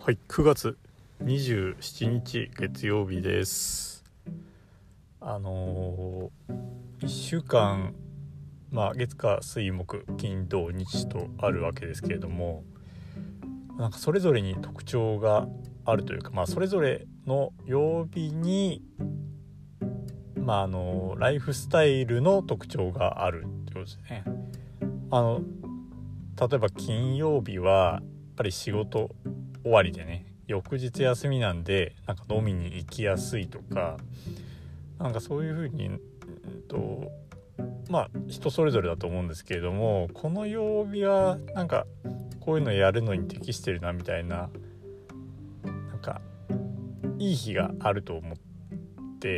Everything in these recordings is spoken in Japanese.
はい、9月27日月曜日です。1週間、月火水木金土日とあるわけですけれども、なんかそれぞれに特徴があるというか、それぞれの曜日に、ライフスタイルの特徴があるってことですね。例えば金曜日はやっぱり仕事終わりでね、翌日休みなんでなんか飲みに行きやすいとか、なんかそういう風に人それぞれだと思うんですけれども、この曜日はなんかこういうのやるのに適してるなみたいな、なんかいい日があると思って、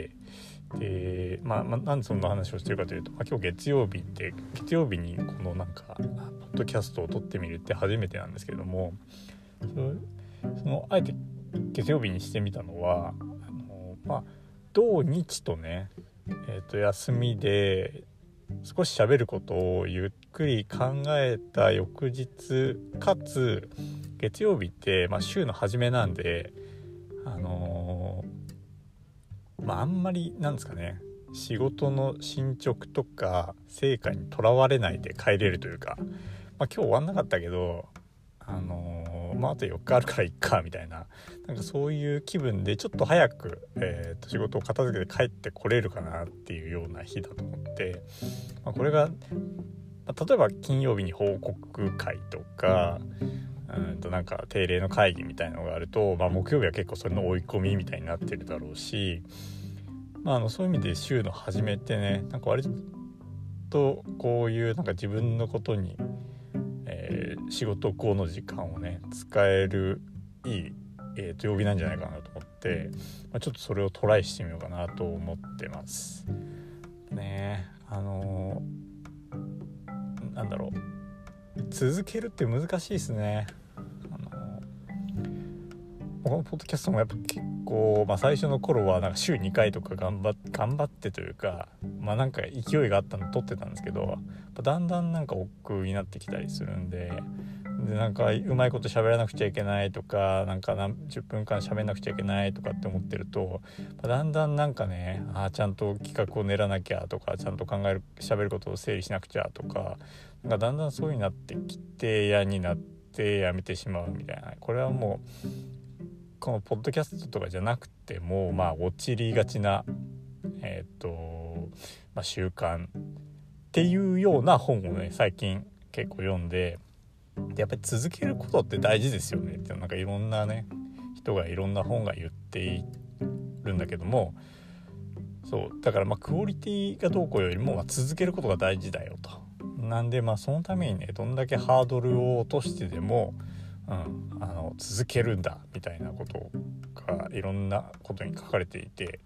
でなんでそんな話をしてるかというと、今日月曜日にこのなんかポッドキャストを撮ってみるって初めてなんですけれども、そのあえて月曜日にしてみたのは、土日とね、休みで少し喋ることをゆっくり考えた翌日かつ、月曜日って、週の初めなんで、あんまりなんですかね、仕事の進捗とか成果にとらわれないで帰れるというか、今日終わんなかったけどあと4日あるからいっかみたいな、なんかそういう気分でちょっと早く、仕事を片付けて帰ってこれるかなっていうような日だと思って、これが例えば金曜日に報告会とかなんか定例の会議みたいなのがあると、木曜日は結構それの追い込みみたいになってるだろうし、そういう意味で週の初めってね、なんか割とこういうなんか自分のことに仕事後の時間をね使えるいい、曜日なんじゃないかなと思って、ちょっとそれをトライしてみようかなと思ってますね。なんだろう、続けるって難しいですね。このポッドキャストもやっぱ結構、最初の頃はなんか週2回とか頑張ってというか、なんか勢いがあったの撮ってたんですけど、だんだんなんか億劫になってきたりするんで、なんかうまいこと喋らなくちゃいけないとか、なんか10分間喋んなくちゃいけないとかって思ってると、だんだんなんかね、ちゃんと企画を練らなきゃとか、ちゃんと喋ることを整理しなくちゃとか、なんかだんだんそういう風になってきて嫌になってやめてしまうみたいな。これはもうこのポッドキャストとかじゃなくても陥りがちな習慣っていうような本をね最近結構読んで、やっぱり続けることって大事ですよねって、なんかいろんなね人がいろんな本が言っているんだけども、そうだからクオリティがどうこうよりも続けることが大事だよと。なんでそのためにね、どんだけハードルを落としてでも続けるんだみたいなことがいろんなことに書かれていて、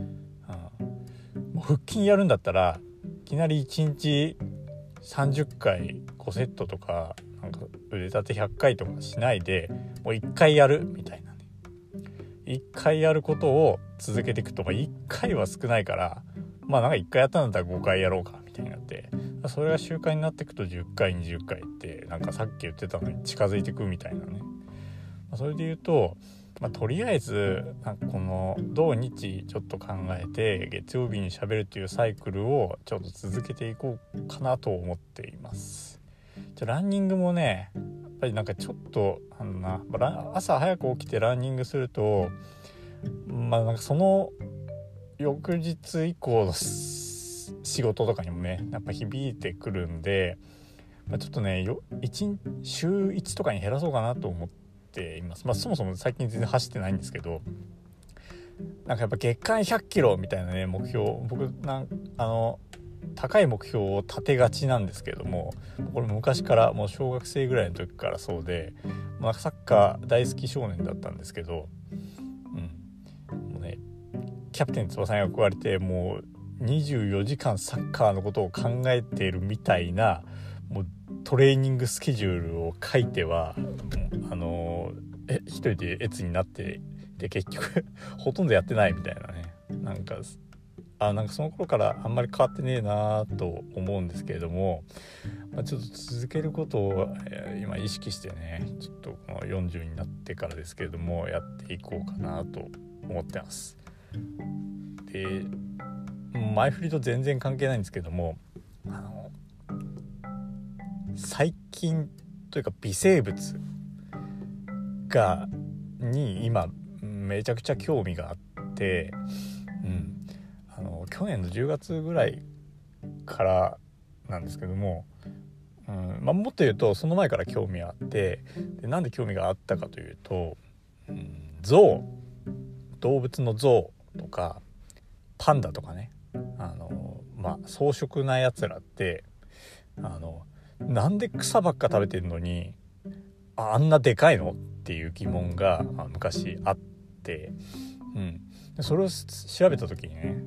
もう腹筋やるんだったらいきなり1日30回5セットとか、なんか腕立て100回とかしないで、もう1回やるみたいなね、1回やることを続けていくと、1回は少ないから、なんか1回やったんだったら5回やろうかみたいになって、それが習慣になっていくと10回20回ってなんかさっき言ってたのに近づいていくみたいなね。それで言うと、とりあえずなんかこの土日ちょっと考えて月曜日に喋るっていうサイクルをちょっと続けていこうかなと思っています。ランニングもね、やっぱりなんかちょっと朝早く起きてランニングすると、なんかその翌日以降の仕事とかにもねやっぱ響いてくるんで、ちょっとね週1とかに減らそうかなと思っています。そもそも最近全然走ってないんですけど、なんかやっぱ月間100キロみたいなね目標、僕高い目標を立てがちなんですけども、これ昔からもう小学生ぐらいの時からそうで、サッカー大好き少年だったんですけど、もうねキャプテン翼に憧れてもう24時間サッカーのことを考えているみたいな、もうトレーニングスケジュールを書いては一人で越になってで結局ほとんどやってないみたいなね、なんかなんかその頃からあんまり変わってねえなと思うんですけれども、ちょっと続けることを、今意識してね、ちょっとこの40になってからですけれどもやっていこうかなと思ってます。で、前振りと全然関係ないんですけども、細菌というか微生物に今めちゃくちゃ興味があって、去年の10月ぐらいからなんですけども、もっと言うとその前から興味があって、でなんで興味があったかというと、動物の象とかパンダとかね、草食なやつらってなんで草ばっか食べてるのにあんなでかいのっていう疑問が昔あって、それを調べた時にね、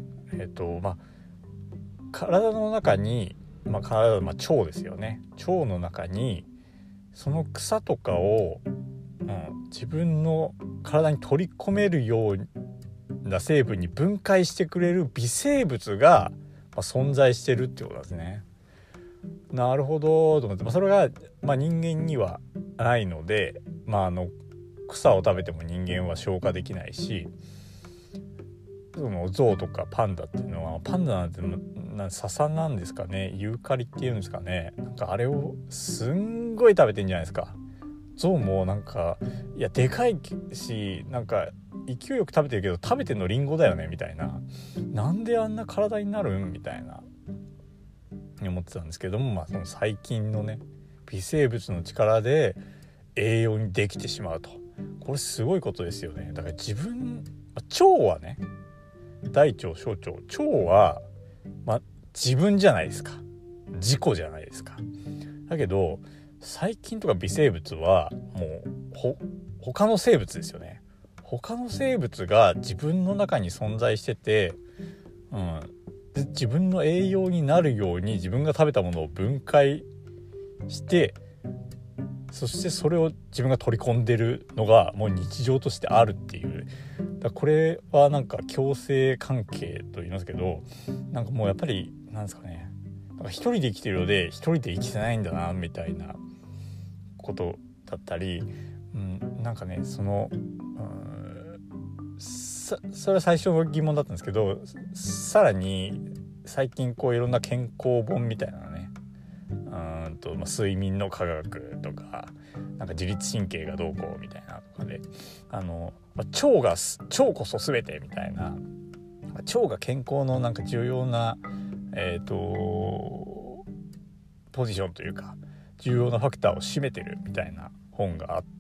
体の中に、腸ですよね。腸の中にその草とかを、自分の体に取り込めるような成分に分解してくれる微生物が、存在してるってことですね。なるほどと思って、それが、人間にはないので、草を食べても人間は消化できないし、その象とかパンダっていうのは、パンダなんて笹なんですかね、ユーカリっていうんですかね、なんかあれをすんごい食べてんじゃないですか。象もなんかいやでかいし、なんか勢いよく食べてるけど食べてんのリンゴだよねみたいな、なんであんな体になるんみたいな思ってたんですけども、その細菌のね微生物の力で栄養にできてしまうと、これすごいことですよね。だから腸はね、大腸小腸、腸は、自分じゃないですか、自己じゃないですか。だけど細菌とか微生物はもう他の生物ですよね。他の生物が自分の中に存在してて、で自分の栄養になるように自分が食べたものを分解して、そしてそれを自分が取り込んでるのがもう日常としてあるっていう。これはなんか共生関係と言いますけど、なんかもうやっぱりなんですかね、なんか一人で生きてるので一人で生きてないんだなみたいなことだったり、なんかね、それは最初の疑問だったんですけど、さらに最近こういろんな健康本みたいなのね、睡眠の科学とか、なんか自律神経がどうこうみたいなとかで、腸こそ全てみたいな、腸が健康のなんか重要なポジションというか重要なファクターを占めてるみたいな本があって、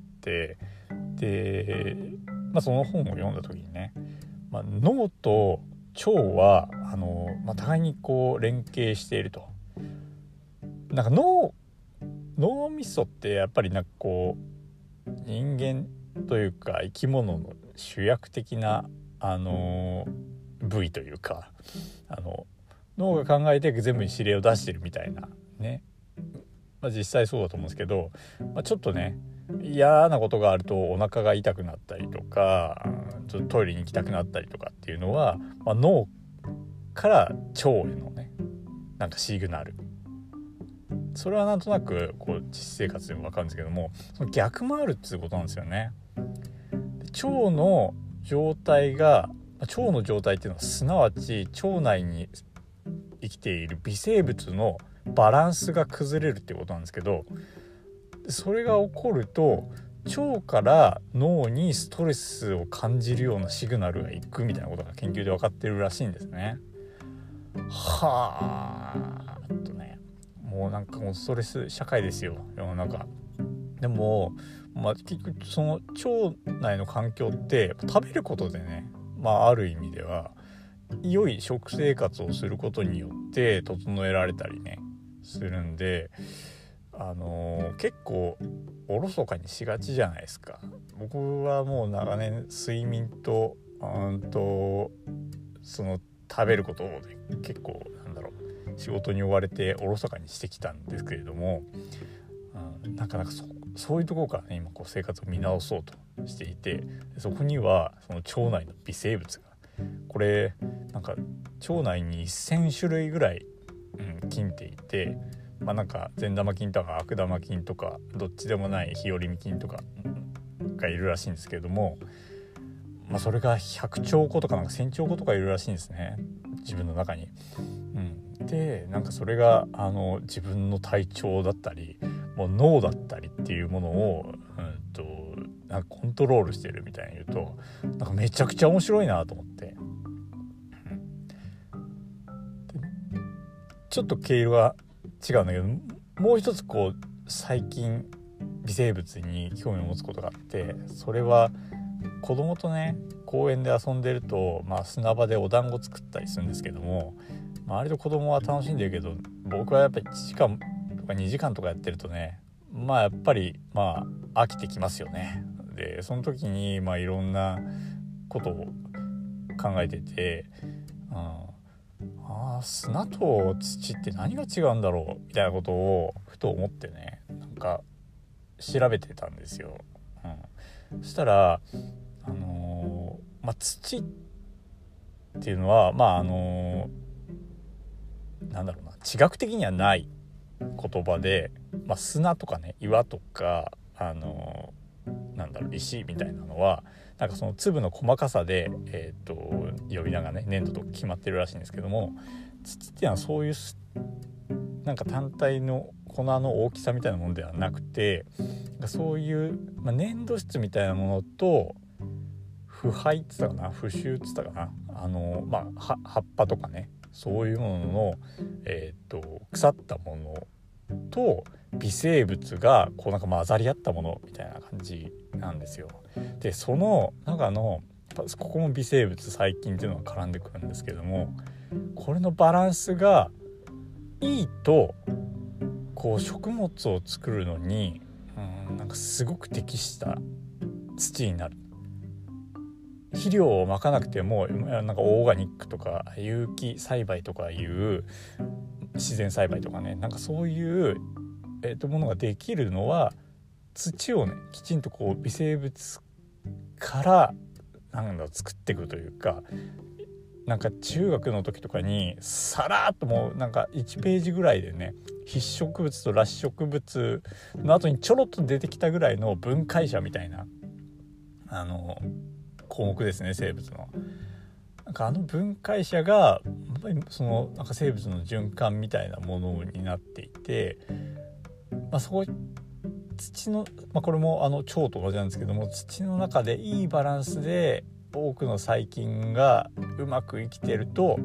で、その本を読んだ時にね、脳と腸は互いにこう連携していると。なんか脳みそってやっぱりなんかこう人間というか生き物の主役的な部位というか、脳が考えて全部に指令を出してるみたいなね、実際そうだと思うんですけど、ちょっとね嫌なことがあるとお腹が痛くなったりとか、ちょっとトイレに行きたくなったりとかっていうのは、脳から腸へのねなんかシグナル、それはなんとなくこう実生活でも分かるんですけども、その逆もあるっていうことなんですよね。腸の状態っていうのはすなわち腸内に生きている微生物のバランスが崩れるっていうことなんですけど、それが起こると腸から脳にストレスを感じるようなシグナルがいくみたいなことが研究で分かってるらしいんですね。もうなんかもうストレス社会ですよ世の中。でも、結局その腸内の環境って食べることでね、ある意味では良い食生活をすることによって整えられたりねするんで、結構おろそかにしがちじゃないですか。僕はもう長年睡眠とその食べることを、ね、結構仕事に追われておろそかにしてきたんですけれども、なかなかそういうところからね今こう生活を見直そうとしていて、そこにはその腸内の微生物がこれなんか腸内に1000種類ぐらい、菌っていて、なんか善玉菌とか悪玉菌とかどっちでもない日和見菌とかがいるらしいんですけれども、それが100兆個とかなんか1000兆個とかいるらしいんですね、自分の中に。でなんかそれが自分の体調だったりもう脳だったりっていうものを、なんかコントロールしてるみたいに言うとなんかめちゃくちゃ面白いなと思って、ちょっと毛色は違うんだけど、もう一つこう最近微生物に興味を持つことがあって、それは子供とね公園で遊んでると、砂場でお団子作ったりするんですけども、割と子供は楽しんでるけど僕はやっぱり1時間とか2時間とかやってるとね、やっぱり飽きてきますよね。でその時にいろんなことを考えてて、砂と土って何が違うんだろうみたいなことをふと思ってね、なんか調べてたんですよ。そしたら土っていうのはなんだろうな、地学的にはない言葉で、砂とかね岩とか石みたいなのはなんかその粒の細かさで、呼び名がね粘土と決まってるらしいんですけども、土っていうのはそういうなんか単体の粉の大きさみたいなものではなくて、そういう、粘土質みたいなものと腐敗って言ったかな、腐臭って言ったかな、葉っぱとかね、そういうものの、腐ったものと微生物がこうなんか混ざり合ったものみたいな感じなんですよ。でその中のここも微生物細菌っていうのが絡んでくるんですけども、これのバランスがいいとこう食物を作るのになんかすごく適した土になる。肥料をまかなくてもなんかオーガニックとか有機栽培とかいう自然栽培とかね、なんかそういう、ものができるのは土をねきちんとこう微生物から作っていくというか、なんか中学の時とかにさらっともうなんか1ページぐらいでね、必植物と裸子植物の後にちょろっと出てきたぐらいの分解者みたいな項目ですね、生物の。なんか分解者がやっぱりそのなんか生物の循環みたいなものになっていて、そこ土の、これも腸と同じなんですけども、土の中でいいバランスで多くの細菌がうまく生きてると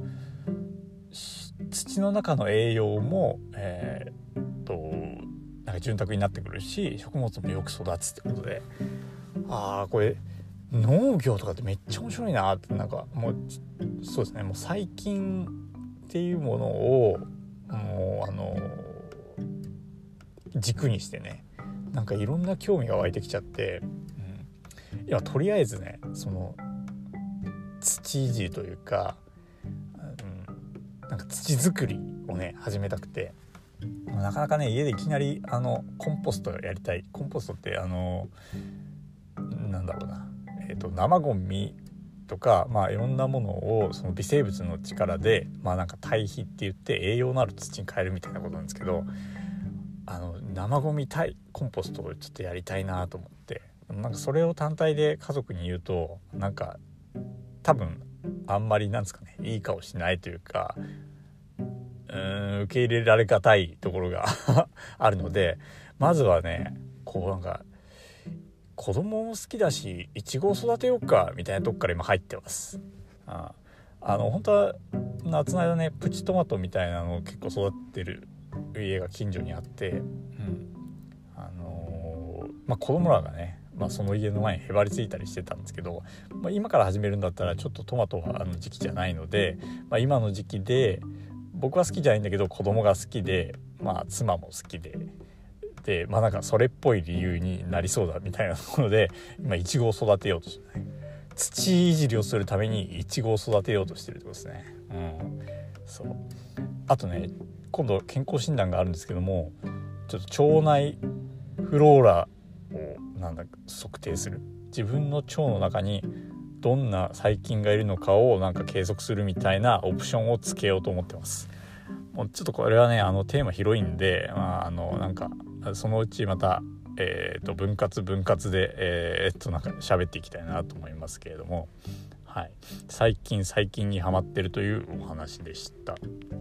土の中の栄養もなんか潤沢になってくるし、食物もよく育つってことで、これ農業とかってめっちゃ面白いなって、なんかもうそうですね、もう細菌っていうものをもう軸にしてね、なんかいろんな興味が湧いてきちゃって、いやとりあえずねその土いじりというか、なんか土作りをね始めたくて、なかなかね家でいきなりコンポストやりたい。コンポストってなんだろうな、生ゴミとかいろんなものをその微生物の力でなんか堆肥って言って栄養のある土に変えるみたいなことなんですけど、生ゴミ対コンポストをちょっとやりたいなと思って、なんかそれを単体で家族に言うとなんか多分あんまりなんですかね、いい顔しないというか、受け入れられがたいところがあるので、まずはねこうなんか子供も好きだしイチゴを育てようかみたいなとこから今入ってます。本当は夏の間ねプチトマトみたいなのを結構育ってる家が近所にあって、子供らがね、その家の前にへばりついたりしてたんですけど、今から始めるんだったらちょっとトマトは時期じゃないので、今の時期で僕は好きじゃないんだけど子供が好きで、妻も好きでなんかそれっぽい理由になりそうだみたいなところで今イチゴを育てようとして、ね、土いじりをするためにイチゴを育てようとしてるってことですね。そうあとね今度健康診断があるんですけども、ちょっと腸内フローラを測定する、自分の腸の中にどんな細菌がいるのかをなんか計測するみたいなオプションをつけようと思ってます。もうちょっとこれはねテーマ広いんで、なんかそのうちまた分割でなんか喋っていきたいなと思いますけれども、はい、最近にハマってるというお話でした。